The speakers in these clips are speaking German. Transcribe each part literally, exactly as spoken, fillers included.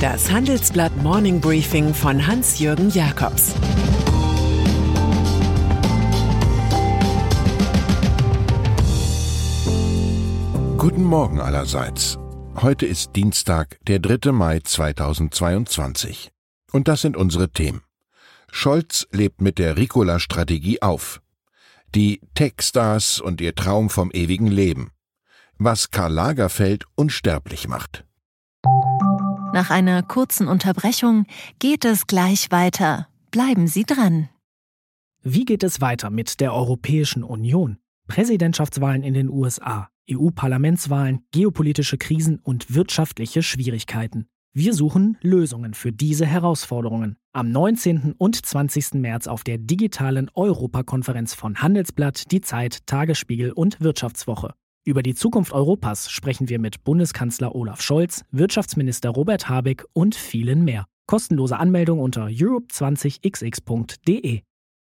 Das Handelsblatt Morning Briefing von Hans-Jürgen Jakobs. Guten Morgen allerseits. Heute ist Dienstag, der dritte Mai zweitausendzweiundzwanzig. Und das sind unsere Themen. Scholz lebt mit der Ricola-Strategie auf. Die Tech-Stars und ihr Traum vom ewigen Leben. Was Karl Lagerfeld unsterblich macht. Nach einer kurzen Unterbrechung geht es gleich weiter. Bleiben Sie dran. Wie geht es weiter mit der Europäischen Union? Präsidentschaftswahlen in den U S A, E U-Parlamentswahlen, geopolitische Krisen und wirtschaftliche Schwierigkeiten. Wir suchen Lösungen für diese Herausforderungen. Am neunzehnten und zwanzigsten März auf der digitalen Europakonferenz von Handelsblatt, Die Zeit, Tagesspiegel und Wirtschaftswoche. Über die Zukunft Europas sprechen wir mit Bundeskanzler Olaf Scholz, Wirtschaftsminister Robert Habeck und vielen mehr. Kostenlose Anmeldung unter europe zwanzig x x punkt de.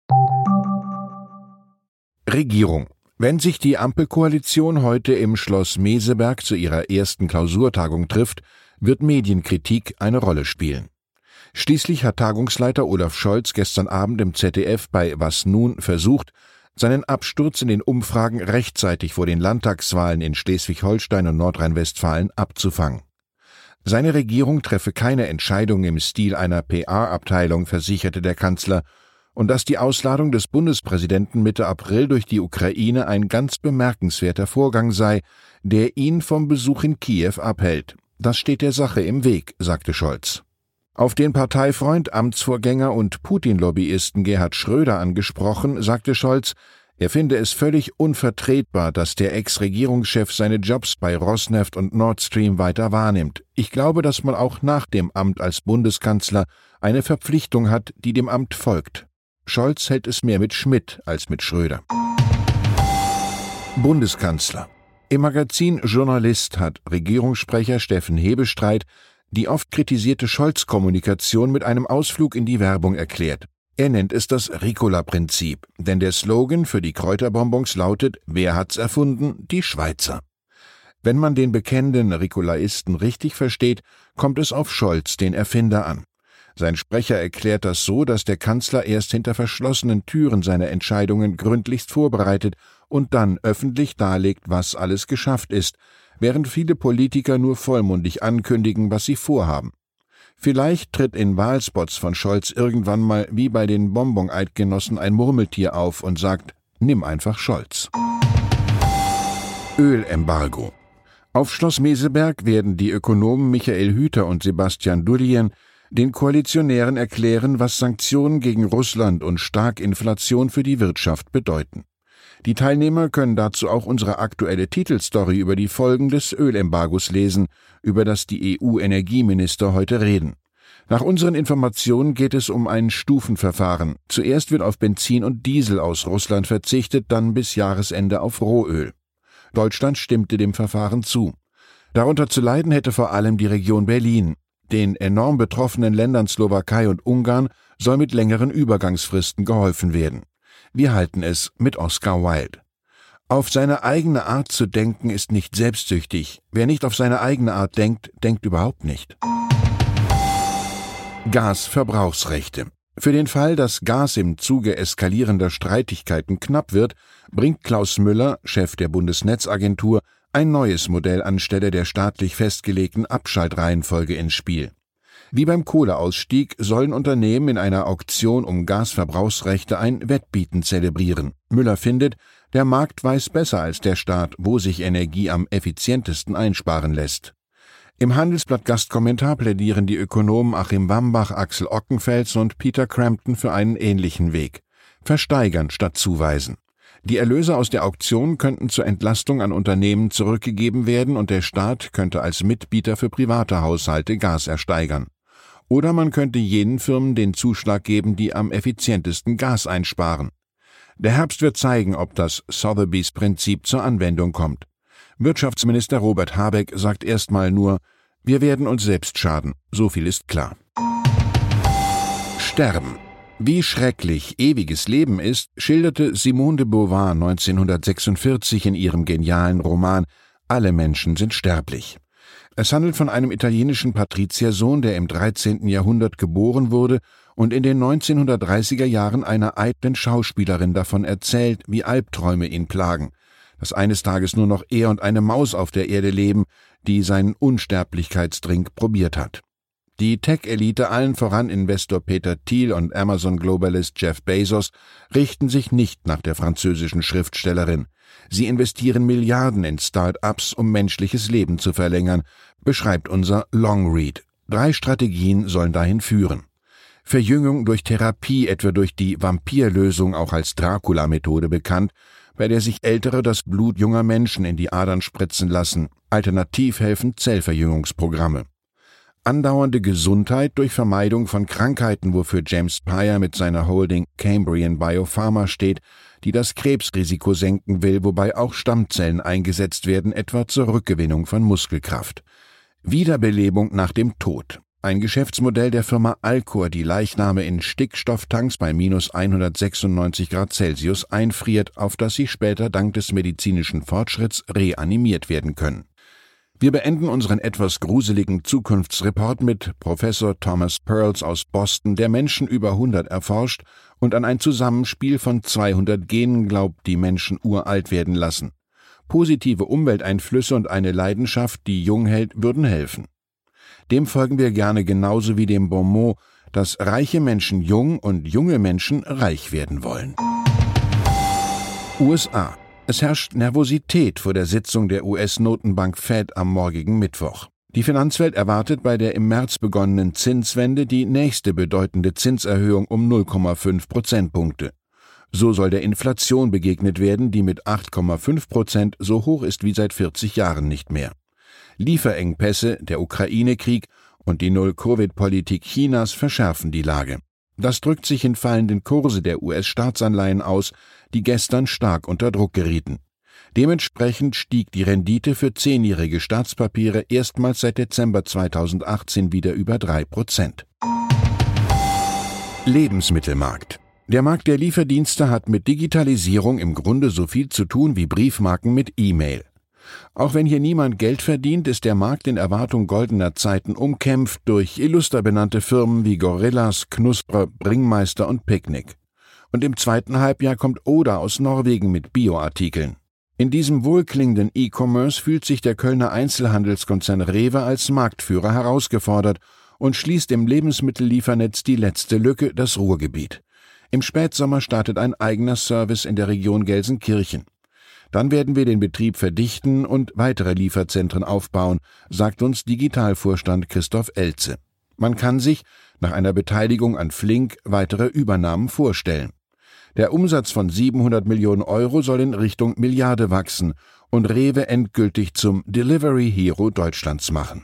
Regierung. Wenn sich die Ampelkoalition heute im Schloss Meseberg zu ihrer ersten Klausurtagung trifft, wird Medienkritik eine Rolle spielen. Schließlich hat Tagungsleiter Olaf Scholz gestern Abend im Z D F bei Was nun versucht, seinen Absturz in den Umfragen rechtzeitig vor den Landtagswahlen in Schleswig-Holstein und Nordrhein-Westfalen abzufangen. Seine Regierung treffe keine Entscheidung im Stil einer P R-Abteilung, versicherte der Kanzler, und dass die Ausladung des Bundespräsidenten Mitte April durch die Ukraine ein ganz bemerkenswerter Vorgang sei, der ihn vom Besuch in Kiew abhält. Das steht der Sache im Weg, sagte Scholz. Auf den Parteifreund, Amtsvorgänger und Putin-Lobbyisten Gerhard Schröder angesprochen, sagte Scholz, er finde es völlig unvertretbar, dass der Ex-Regierungschef seine Jobs bei Rosneft und Nord Stream weiter wahrnimmt. Ich glaube, dass man auch nach dem Amt als Bundeskanzler eine Verpflichtung hat, die dem Amt folgt. Scholz hält es mehr mit Schmidt als mit Schröder. Bundeskanzler. Im Magazin Journalist hat Regierungssprecher Steffen Hebestreit die oft kritisierte Scholz-Kommunikation mit einem Ausflug in die Werbung erklärt. Er nennt es das Ricola-Prinzip, denn der Slogan für die Kräuterbonbons lautet, wer hat's erfunden? Die Schweizer. Wenn man den bekennenden Ricolaisten richtig versteht, kommt es auf Scholz, den Erfinder, an. Sein Sprecher erklärt das so, dass der Kanzler erst hinter verschlossenen Türen seine Entscheidungen gründlichst vorbereitet und dann öffentlich darlegt, was alles geschafft ist, während viele Politiker nur vollmundig ankündigen, was sie vorhaben. Vielleicht tritt in Wahlspots von Scholz irgendwann mal wie bei den Bonbon-Eidgenossen ein Murmeltier auf und sagt, nimm einfach Scholz. Ölembargo. Auf Schloss Meseberg werden die Ökonomen Michael Hüter und Sebastian Dullien den Koalitionären erklären, was Sanktionen gegen Russland und Starkinflation für die Wirtschaft bedeuten. Die Teilnehmer können dazu auch unsere aktuelle Titelstory über die Folgen des Ölembargos lesen, über das die E U-Energieminister heute reden. Nach unseren Informationen geht es um ein Stufenverfahren. Zuerst wird auf Benzin und Diesel aus Russland verzichtet, dann bis Jahresende auf Rohöl. Deutschland stimmte dem Verfahren zu. Darunter zu leiden hätte vor allem die Region Berlin. Den enorm betroffenen Ländern Slowakei und Ungarn soll mit längeren Übergangsfristen geholfen werden. Wir halten es mit Oscar Wilde. Auf seine eigene Art zu denken ist nicht selbstsüchtig. Wer nicht auf seine eigene Art denkt, denkt überhaupt nicht. Gasverbrauchsrechte. Für den Fall, dass Gas im Zuge eskalierender Streitigkeiten knapp wird, bringt Klaus Müller, Chef der Bundesnetzagentur, ein neues Modell anstelle der staatlich festgelegten Abschaltreihenfolge ins Spiel. Wie beim Kohleausstieg sollen Unternehmen in einer Auktion um Gasverbrauchsrechte ein Wettbieten zelebrieren. Müller findet, der Markt weiß besser als der Staat, wo sich Energie am effizientesten einsparen lässt. Im Handelsblatt-Gastkommentar plädieren die Ökonomen Achim Wambach, Axel Ockenfels und Peter Crampton für einen ähnlichen Weg. Versteigern statt zuweisen. Die Erlöse aus der Auktion könnten zur Entlastung an Unternehmen zurückgegeben werden und der Staat könnte als Mitbieter für private Haushalte Gas ersteigern. Oder man könnte jenen Firmen den Zuschlag geben, die am effizientesten Gas einsparen. Der Herbst wird zeigen, ob das Sotheby's Prinzip zur Anwendung kommt. Wirtschaftsminister Robert Habeck sagt erstmal nur, wir werden uns selbst schaden, so viel ist klar. Sterben. Wie schrecklich ewiges Leben ist, schilderte Simone de Beauvoir neunzehnhundertsechsundvierzig in ihrem genialen Roman »Alle Menschen sind sterblich«. Es handelt von einem italienischen Patriziersohn, der im dreizehnten Jahrhundert geboren wurde und in den neunzehnhundertdreißiger Jahren einer eitlen Schauspielerin davon erzählt, wie Albträume ihn plagen, dass eines Tages nur noch er und eine Maus auf der Erde leben, die seinen Unsterblichkeitsdrink probiert hat. Die Tech-Elite, allen voran Investor Peter Thiel und Amazon-Globalist Jeff Bezos, richten sich nicht nach der französischen Schriftstellerin. Sie investieren Milliarden in Start-ups, um menschliches Leben zu verlängern, beschreibt unser Longread. Drei Strategien sollen dahin führen. Verjüngung durch Therapie, etwa durch die Vampirlösung, auch als Dracula-Methode bekannt, bei der sich Ältere das Blut junger Menschen in die Adern spritzen lassen. Alternativ helfen Zellverjüngungsprogramme. Andauernde Gesundheit durch Vermeidung von Krankheiten, wofür James Payer mit seiner Holding Cambrian Biopharma steht, die das Krebsrisiko senken will, wobei auch Stammzellen eingesetzt werden, etwa zur Rückgewinnung von Muskelkraft. Wiederbelebung nach dem Tod. Ein Geschäftsmodell der Firma Alcor, die Leichname in Stickstofftanks bei minus hundertsechsundneunzig Grad Celsius einfriert, auf das sie später dank des medizinischen Fortschritts reanimiert werden können. Wir beenden unseren etwas gruseligen Zukunftsreport mit Professor Thomas Perls aus Boston, der Menschen über hundert erforscht und an ein Zusammenspiel von zweihundert Genen glaubt, die Menschen uralt werden lassen. Positive Umwelteinflüsse und eine Leidenschaft, die jung hält, würden helfen. Dem folgen wir gerne, genauso wie dem Bonmot, dass reiche Menschen jung und junge Menschen reich werden wollen. U S A. Es herrscht Nervosität vor der Sitzung der U S-Notenbank Fed am morgigen Mittwoch. Die Finanzwelt erwartet bei der im März begonnenen Zinswende die nächste bedeutende Zinserhöhung um null Komma fünf Prozentpunkte. So soll der Inflation begegnet werden, die mit acht Komma fünf Prozent so hoch ist wie seit vierzig Jahren nicht mehr. Lieferengpässe, der Ukraine-Krieg und die Null-Covid-Politik Chinas verschärfen die Lage. Das drückt sich in fallenden Kurse der U S-Staatsanleihen aus, die gestern stark unter Druck gerieten. Dementsprechend stieg die Rendite für zehnjährige Staatspapiere erstmals seit Dezember zweitausendachtzehn wieder über drei Prozent. Lebensmittelmarkt. Der Markt der Lieferdienste hat mit Digitalisierung im Grunde so viel zu tun wie Briefmarken mit E-Mail. Auch wenn hier niemand Geld verdient, ist der Markt in Erwartung goldener Zeiten umkämpft durch illuster benannte Firmen wie Gorillas, Knusper, Bringmeister und Picnic. Und im zweiten Halbjahr kommt Oda aus Norwegen mit Bioartikeln. In diesem wohlklingenden E-Commerce fühlt sich der Kölner Einzelhandelskonzern Rewe als Marktführer herausgefordert und schließt im Lebensmittelliefernetz die letzte Lücke, das Ruhrgebiet. Im Spätsommer startet ein eigener Service in der Region Gelsenkirchen. Dann werden wir den Betrieb verdichten und weitere Lieferzentren aufbauen, sagt uns Digitalvorstand Christoph Elze. Man kann sich, nach einer Beteiligung an Flink, weitere Übernahmen vorstellen. Der Umsatz von siebenhundert Millionen Euro soll in Richtung Milliarde wachsen und Rewe endgültig zum Delivery Hero Deutschlands machen.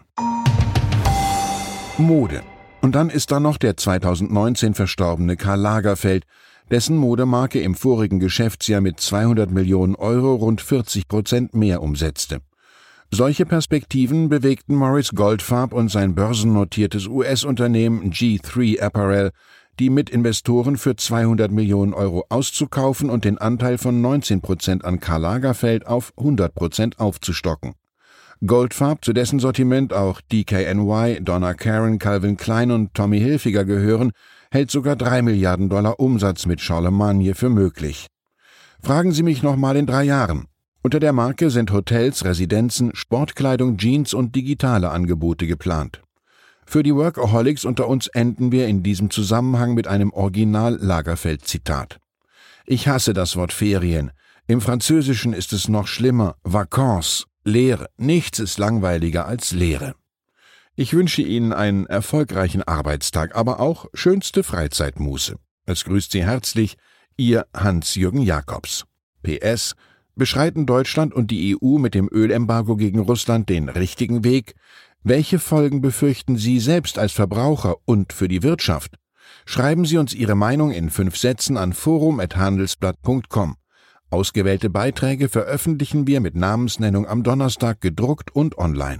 Mode. Und dann ist da noch der zweitausendneunzehn verstorbene Karl Lagerfeld, dessen Modemarke im vorigen Geschäftsjahr mit zweihundert Millionen Euro rund vierzig Prozent mehr umsetzte. Solche Perspektiven bewegten Maurice Goldfarb und sein börsennotiertes U S-Unternehmen G drei Apparel, die Mitinvestoren für zweihundert Millionen Euro auszukaufen und den Anteil von neunzehn Prozent an Karl Lagerfeld auf hundert Prozent aufzustocken. Goldfarb, zu dessen Sortiment auch D K N Y, Donna Karan, Calvin Klein und Tommy Hilfiger gehören, hält sogar drei Milliarden Dollar Umsatz mit Charlemagne für möglich. Fragen Sie mich noch mal in drei Jahren. Unter der Marke sind Hotels, Residenzen, Sportkleidung, Jeans und digitale Angebote geplant. Für die Workaholics unter uns enden wir in diesem Zusammenhang mit einem Original-Lagerfeld-Zitat. Ich hasse das Wort Ferien. Im Französischen ist es noch schlimmer. Vacances, Lehre. Nichts ist langweiliger als Lehre. Ich wünsche Ihnen einen erfolgreichen Arbeitstag, aber auch schönste Freizeitmuße. Es grüßt Sie herzlich, Ihr Hans-Jürgen Jakobs. P S. Beschreiten Deutschland und die E U mit dem Ölembargo gegen Russland den richtigen Weg? Welche Folgen befürchten Sie selbst als Verbraucher und für die Wirtschaft? Schreiben Sie uns Ihre Meinung in fünf Sätzen an forum at handelsblatt punkt com. Ausgewählte Beiträge veröffentlichen wir mit Namensnennung am Donnerstag gedruckt und online.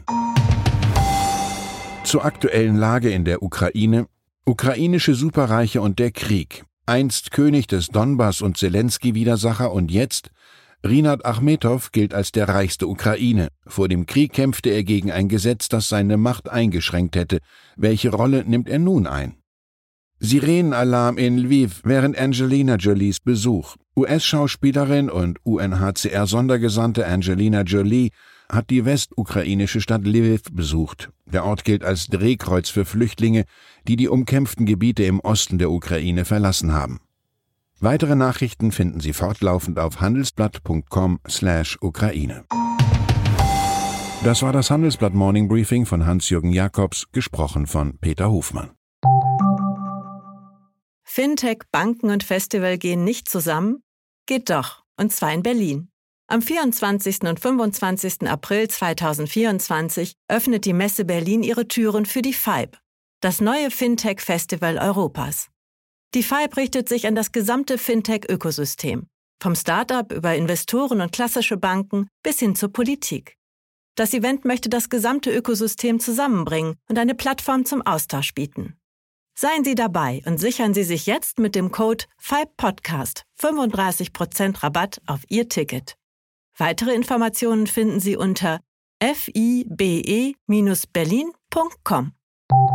Zur aktuellen Lage in der Ukraine. Ukrainische Superreiche und der Krieg. Einst König des Donbass und Zelensky-Widersacher und jetzt Rinat Achmetow gilt als der reichste Ukraine. Vor dem Krieg kämpfte er gegen ein Gesetz, das seine Macht eingeschränkt hätte. Welche Rolle nimmt er nun ein? Sirenenalarm in Lviv während Angelina Jolies Besuch. U S-Schauspielerin und U N H C R-Sondergesandte Angelina Jolie hat die westukrainische Stadt Lviv besucht. Der Ort gilt als Drehkreuz für Flüchtlinge, die die umkämpften Gebiete im Osten der Ukraine verlassen haben. Weitere Nachrichten finden Sie fortlaufend auf handelsblatt punkt com slash Ukraine. Das war das Handelsblatt Morning Briefing von Hans-Jürgen Jakobs, gesprochen von Peter Hofmann. Fintech, Banken und Festival gehen nicht zusammen? Geht doch, und zwar in Berlin. Am vierundzwanzigsten und fünfundzwanzigsten April zweitausendvierundzwanzig öffnet die Messe Berlin ihre Türen für die F I B, das neue Fintech-Festival Europas. Die F I B richtet sich an das gesamte Fintech-Ökosystem, vom Start-up über Investoren und klassische Banken bis hin zur Politik. Das Event möchte das gesamte Ökosystem zusammenbringen und eine Plattform zum Austausch bieten. Seien Sie dabei und sichern Sie sich jetzt mit dem Code F I B Podcast fünfunddreißig Prozent Rabatt auf Ihr Ticket. Weitere Informationen finden Sie unter f i b e Bindestrich berlin Punkt com.